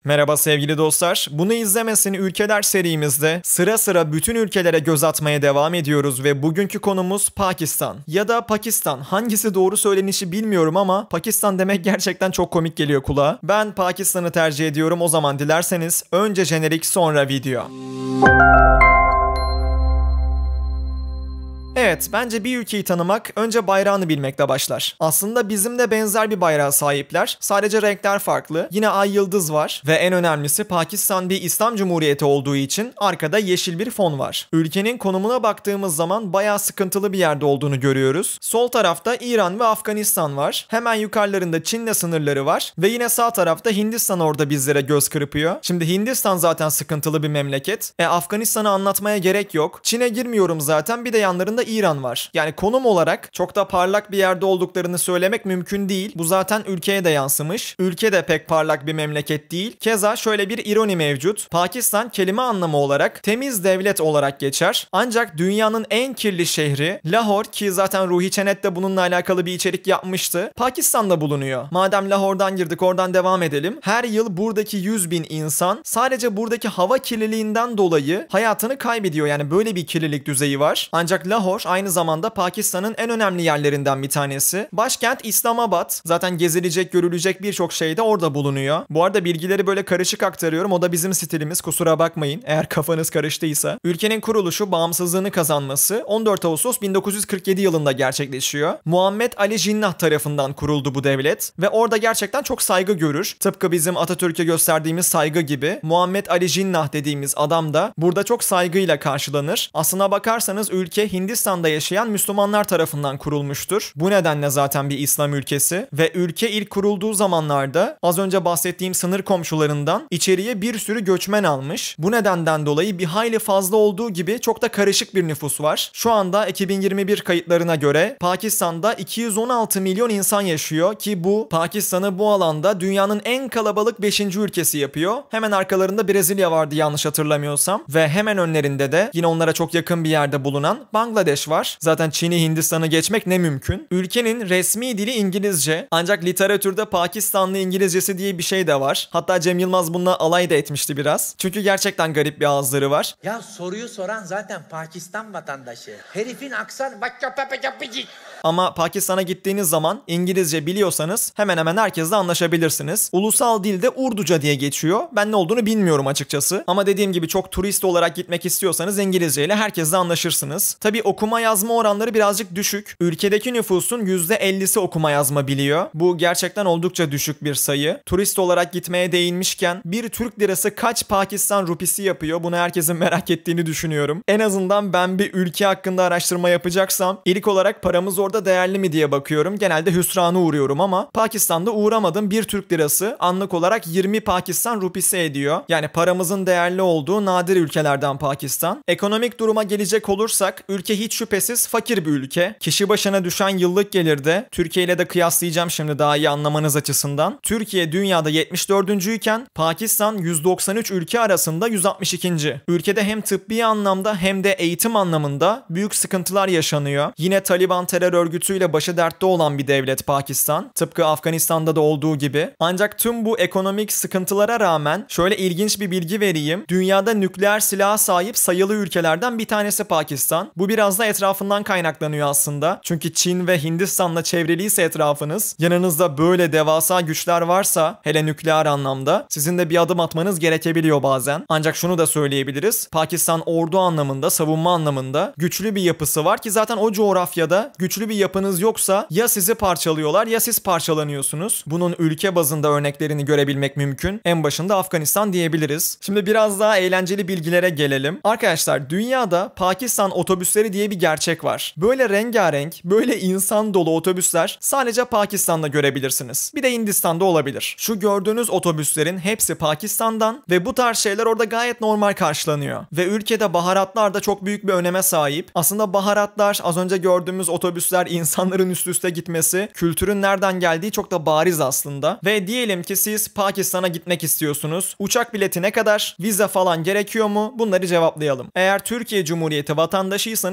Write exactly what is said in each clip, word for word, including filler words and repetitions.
Merhaba sevgili dostlar. Bunu izlemesin ülkeler serimizde sıra sıra bütün ülkelere göz atmaya devam ediyoruz ve bugünkü konumuz Pakistan. Ya da Pakistan. Hangisi doğru söylenişi bilmiyorum ama Pakistan demek gerçekten çok komik geliyor kulağa. Ben Pakistan'ı tercih ediyorum. O zaman dilerseniz önce jenerik sonra video. Evet, bence bir ülkeyi tanımak önce bayrağını bilmekle başlar. Aslında bizim de benzer bir bayrağa sahipler. Sadece renkler farklı. Yine ay yıldız var. Ve en önemlisi Pakistan bir İslam Cumhuriyeti olduğu için arkada yeşil bir fon var. Ülkenin konumuna baktığımız zaman bayağı sıkıntılı bir yerde olduğunu görüyoruz. Sol tarafta İran ve Afganistan var. Hemen yukarılarında Çin'le sınırları var. Ve yine sağ tarafta Hindistan orada bizlere göz kırpıyor. Şimdi Hindistan zaten sıkıntılı bir memleket. E Afganistan'ı anlatmaya gerek yok. Çin'e girmiyorum zaten. Bir de yanlarında İran var. Yani konum olarak çok da parlak bir yerde olduklarını söylemek mümkün değil. Bu zaten ülkeye de yansımış. Ülke de pek parlak bir memleket değil. Keza şöyle bir ironi mevcut. Pakistan kelime anlamı olarak temiz devlet olarak geçer. Ancak dünyanın en kirli şehri Lahore, ki zaten Ruhi Çenet de bununla alakalı bir içerik yapmıştı, Pakistan'da bulunuyor. Madem Lahore'dan girdik, oradan devam edelim. Her yıl buradaki yüz bin insan sadece buradaki hava kirliliğinden dolayı hayatını kaybediyor. Yani böyle bir kirlilik düzeyi var. Ancak Lahore aynı zamanda Pakistan'ın en önemli yerlerinden bir tanesi. Başkent İslamabad. Zaten gezilecek, görülecek birçok şey de orada bulunuyor. Bu arada bilgileri böyle karışık aktarıyorum. O da bizim stilimiz. Kusura bakmayın eğer kafanız karıştıysa. Ülkenin kuruluşu, bağımsızlığını kazanması on dört Ağustos bin dokuz yüz kırk yedi yılında gerçekleşiyor. Muhammed Ali Jinnah tarafından kuruldu bu devlet ve orada gerçekten çok saygı görür. Tıpkı bizim Atatürk'e gösterdiğimiz saygı gibi Muhammed Ali Jinnah dediğimiz adam da burada çok saygıyla karşılanır. Aslına bakarsanız ülke Hindistan'da yaşayan Müslümanlar tarafından kurulmuştur. Bu nedenle zaten bir İslam ülkesi ve ülke ilk kurulduğu zamanlarda az önce bahsettiğim sınır komşularından içeriye bir sürü göçmen almış. Bu nedenden dolayı bir hayli fazla olduğu gibi çok da karışık bir nüfus var. Şu anda iki bin yirmi bir kayıtlarına göre Pakistan'da iki yüz on altı milyon insan yaşıyor ki bu Pakistan'ı bu alanda dünyanın en kalabalık beşinci ülkesi yapıyor. Hemen arkalarında Brezilya vardı yanlış hatırlamıyorsam ve hemen önlerinde de yine onlara çok yakın bir yerde bulunan Bangladeş var. Zaten Çin'i, Hindistan'ı geçmek ne mümkün. Ülkenin resmi dili İngilizce. Ancak literatürde Pakistanlı İngilizcesi diye bir şey de var. Hatta Cem Yılmaz bununla alay da etmişti biraz. Çünkü gerçekten garip bir ağızları var. Ya soruyu soran zaten Pakistan vatandaşı. Herifin aksanı... Ama Pakistan'a gittiğiniz zaman İngilizce biliyorsanız hemen hemen herkesle anlaşabilirsiniz. Ulusal dilde Urduca diye geçiyor. Ben ne olduğunu bilmiyorum açıkçası. Ama dediğim gibi çok turist olarak gitmek istiyorsanız İngilizce ile herkesle anlaşırsınız. Tabii okuma yazma oranları birazcık düşük. Ülkedeki nüfusun yüzde ellisi okuma yazma biliyor. Bu gerçekten oldukça düşük bir sayı. Turist olarak gitmeye değinmişken bir Türk lirası kaç Pakistan rupisi yapıyor? Bunu herkesin merak ettiğini düşünüyorum. En azından ben bir ülke hakkında araştırma yapacaksam ilk olarak paramız orada değerli mi diye bakıyorum. Genelde hüsrana uğruyorum ama Pakistan'da uğramadım. Bir Türk lirası anlık olarak yirmi Pakistan rupisi ediyor. Yani paramızın değerli olduğu nadir ülkelerden Pakistan. Ekonomik duruma gelecek olursak ülke hiç şüphesiz fakir bir ülke. Kişi başına düşen yıllık gelirde Türkiye ile de kıyaslayacağım şimdi daha iyi anlamanız açısından. Türkiye dünyada yetmiş dördüncü iken Pakistan yüz doksan üç ülke arasında yüz altmış ikinci. Ülkede hem tıbbi anlamda hem de eğitim anlamında büyük sıkıntılar yaşanıyor. Yine Taliban terör örgütüyle başı dertte olan bir devlet Pakistan. Tıpkı Afganistan'da da olduğu gibi. Ancak tüm bu ekonomik sıkıntılara rağmen şöyle ilginç bir bilgi vereyim. Dünyada nükleer silaha sahip sayılı ülkelerden bir tanesi Pakistan. Bu biraz da etrafından kaynaklanıyor aslında. Çünkü Çin ve Hindistan'la çevriliyse etrafınız, yanınızda böyle devasa güçler varsa, hele nükleer anlamda, sizin de bir adım atmanız gerekebiliyor bazen. Ancak şunu da söyleyebiliriz. Pakistan ordu anlamında, savunma anlamında güçlü bir yapısı var ki zaten o coğrafyada güçlü bir yapınız yoksa ya sizi parçalıyorlar ya siz parçalanıyorsunuz. Bunun ülke bazında örneklerini görebilmek mümkün. En başında Afganistan diyebiliriz. Şimdi biraz daha eğlenceli bilgilere gelelim. Arkadaşlar dünyada Pakistan otobüsleri diye bir gerçek var. Böyle rengarenk, böyle insan dolu otobüsler sadece Pakistan'da görebilirsiniz. Bir de Hindistan'da olabilir. Şu gördüğünüz otobüslerin hepsi Pakistan'dan ve bu tarz şeyler orada gayet normal karşılanıyor. Ve ülkede baharatlar da çok büyük bir öneme sahip. Aslında baharatlar, az önce gördüğümüz otobüsler, insanların üst üste gitmesi, kültürün nereden geldiği çok da bariz aslında. Ve diyelim ki siz Pakistan'a gitmek istiyorsunuz. Uçak bileti ne kadar? Vize falan gerekiyor mu? Bunları cevaplayalım. Eğer Türkiye Cumhuriyeti vatandaşıysanız doksan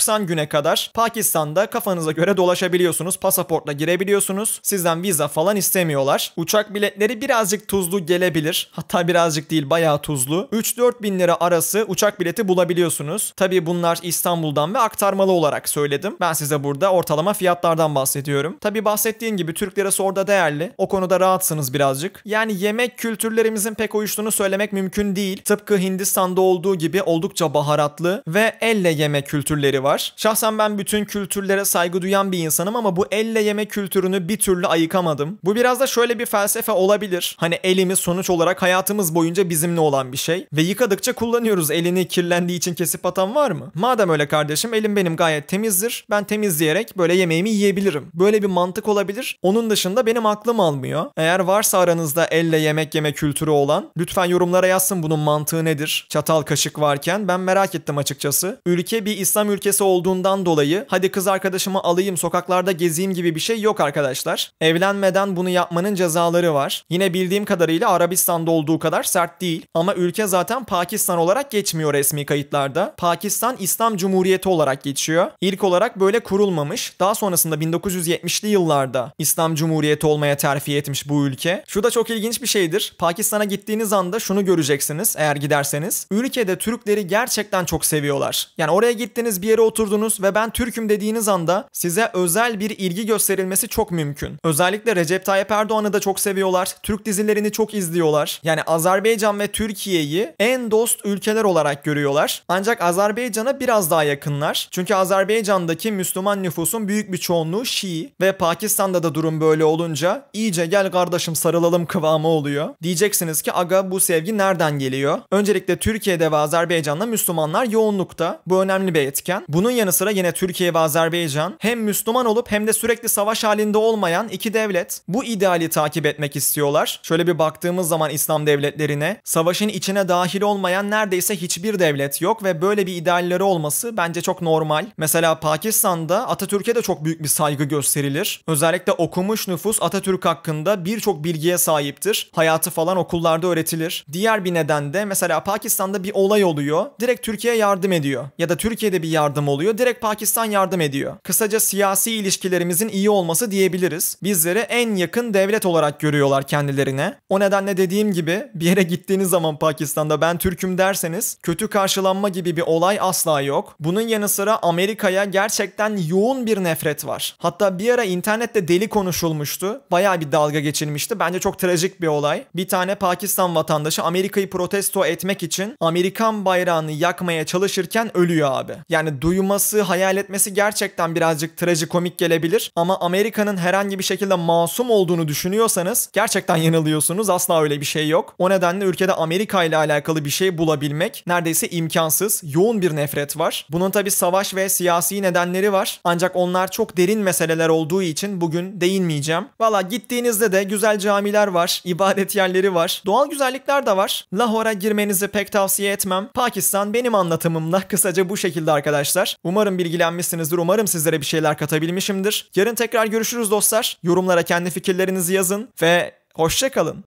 doksan güne kadar Pakistan'da kafanıza göre dolaşabiliyorsunuz. Pasaportla girebiliyorsunuz. Sizden vize falan istemiyorlar. Uçak biletleri birazcık tuzlu gelebilir. Hatta birazcık değil, bayağı tuzlu. üç dört bin lira arası uçak bileti bulabiliyorsunuz. Tabii bunlar İstanbul'dan ve aktarmalı olarak söyledim. Ben size burada ortalama fiyatlardan bahsediyorum. Tabii bahsettiğim gibi Türk lirası orada değerli. O konuda rahatsınız birazcık. Yani yemek kültürlerimizin pek uyuştuğunu söylemek mümkün değil. Tıpkı Hindistan'da olduğu gibi oldukça baharatlı ve elle yeme kültürleri var. Şahsen ben bütün kültürlere saygı duyan bir insanım ama bu elle yeme kültürünü bir türlü ayıkamadım. Bu biraz da şöyle bir felsefe olabilir. Hani elimiz sonuç olarak hayatımız boyunca bizimle olan bir şey ve yıkadıkça kullanıyoruz. Elini kirlendiği için kesip atan var mı? Madem öyle kardeşim, elim benim gayet temizdir. Ben temizleyerek böyle yemeğimi yiyebilirim. Böyle bir mantık olabilir. Onun dışında benim aklım almıyor. Eğer varsa aranızda elle yemek yeme kültürü olan, lütfen yorumlara yazsın bunun mantığı nedir? Çatal kaşık varken ben merak ettim açıkçası. Ülke bir İslam ülkesi olduğundan dolayı hadi kız arkadaşımı alayım sokaklarda gezeyim gibi bir şey yok arkadaşlar. Evlenmeden bunu yapmanın cezaları var. Yine bildiğim kadarıyla Arabistan'da olduğu kadar sert değil. Ama ülke zaten Pakistan olarak geçmiyor resmi kayıtlarda. Pakistan İslam Cumhuriyeti olarak geçiyor. İlk olarak böyle kurulmamış. Daha sonrasında bin dokuz yüz yetmişli yıllarda İslam Cumhuriyeti olmaya terfi etmiş bu ülke. Şu da çok ilginç bir şeydir. Pakistan'a gittiğiniz anda şunu göreceksiniz eğer giderseniz. Ülkede Türkleri gerçekten çok seviyorlar. Yani oraya gittiniz, bir yere oturdunuz ve ben Türk'üm dediğiniz anda size özel bir ilgi gösterilmesi çok mümkün. Özellikle Recep Tayyip Erdoğan'ı da çok seviyorlar. Türk dizilerini çok izliyorlar. Yani Azerbaycan ve Türkiye'yi en dost ülkeler olarak görüyorlar. Ancak Azerbaycan'a biraz daha yakınlar. Çünkü Azerbaycan'daki Müslüman nüfusun büyük bir çoğunluğu Şii ve Pakistan'da da durum böyle olunca iyice gel kardeşim sarılalım kıvamı oluyor. Diyeceksiniz ki aga bu sevgi nereden geliyor? Öncelikle Türkiye'de ve Azerbaycan'da Müslümanlar yoğunlukta. Bu önemli bir etken. Bunun yanı sıra yine Türkiye ve Azerbaycan hem Müslüman olup hem de sürekli savaş halinde olmayan iki devlet. Bu ideali takip etmek istiyorlar. Şöyle bir baktığımız zaman İslam devletlerine, savaşın içine dahil olmayan neredeyse hiçbir devlet yok ve böyle bir idealleri olması bence çok normal. Mesela Pakistan'da Atatürk'e de çok büyük bir saygı gösterilir. Özellikle okumuş nüfus Atatürk hakkında birçok bilgiye sahiptir. Hayatı falan okullarda öğretilir. Diğer bir neden de mesela Pakistan'da bir olay oluyor. Direkt Türkiye yardım ediyor. Ya da Türkiye'de bir yardım oluyor. Direkt Pakistan yardım ediyor. Kısaca siyasi ilişkilerimizin iyi olması diyebiliriz. Bizleri en yakın devlet olarak görüyorlar kendilerine. O nedenle dediğim gibi bir yere gittiğiniz zaman Pakistan'da ben Türk'üm derseniz kötü karşılanma gibi bir olay asla yok. Bunun yanı sıra Amerika'ya gerçekten yoğun bir nefret var. Hatta bir ara internette deli konuşulmuştu. Bayağı bir dalga geçilmişti. Bence çok trajik bir olay. Bir tane Pakistan vatandaşı Amerika'yı protesto etmek için Amerikan bayrağını yakmaya çalışırken ölüyor abi. Yani duyması, hayal etmesi gerçekten birazcık trajikomik gelebilir. Ama Amerika'nın herhangi bir şekilde masum olduğunu düşünüyorsanız gerçekten yanılıyorsunuz. Asla öyle bir şey yok. O nedenle ülkede Amerika ile alakalı bir şey bulabilmek neredeyse imkansız. Yoğun bir nefret var. Bunun tabii savaş ve siyasi nedenleri var. Ancak onlar çok derin meseleler olduğu için bugün değinmeyeceğim. Valla gittiğinizde de güzel camiler var, ibadet yerleri var, doğal güzellikler de var. Lahore'a girmenizi pek tavsiye etmem. Pakistan benim anlatımımla kısaca bu şekilde arkadaşlar. Umarım bilgilenmişsinizdir. Umarım sizlere bir şeyler katabilmişimdir. Yarın tekrar görüşürüz dostlar. Yorumlara kendi fikirlerinizi yazın ve hoşça kalın.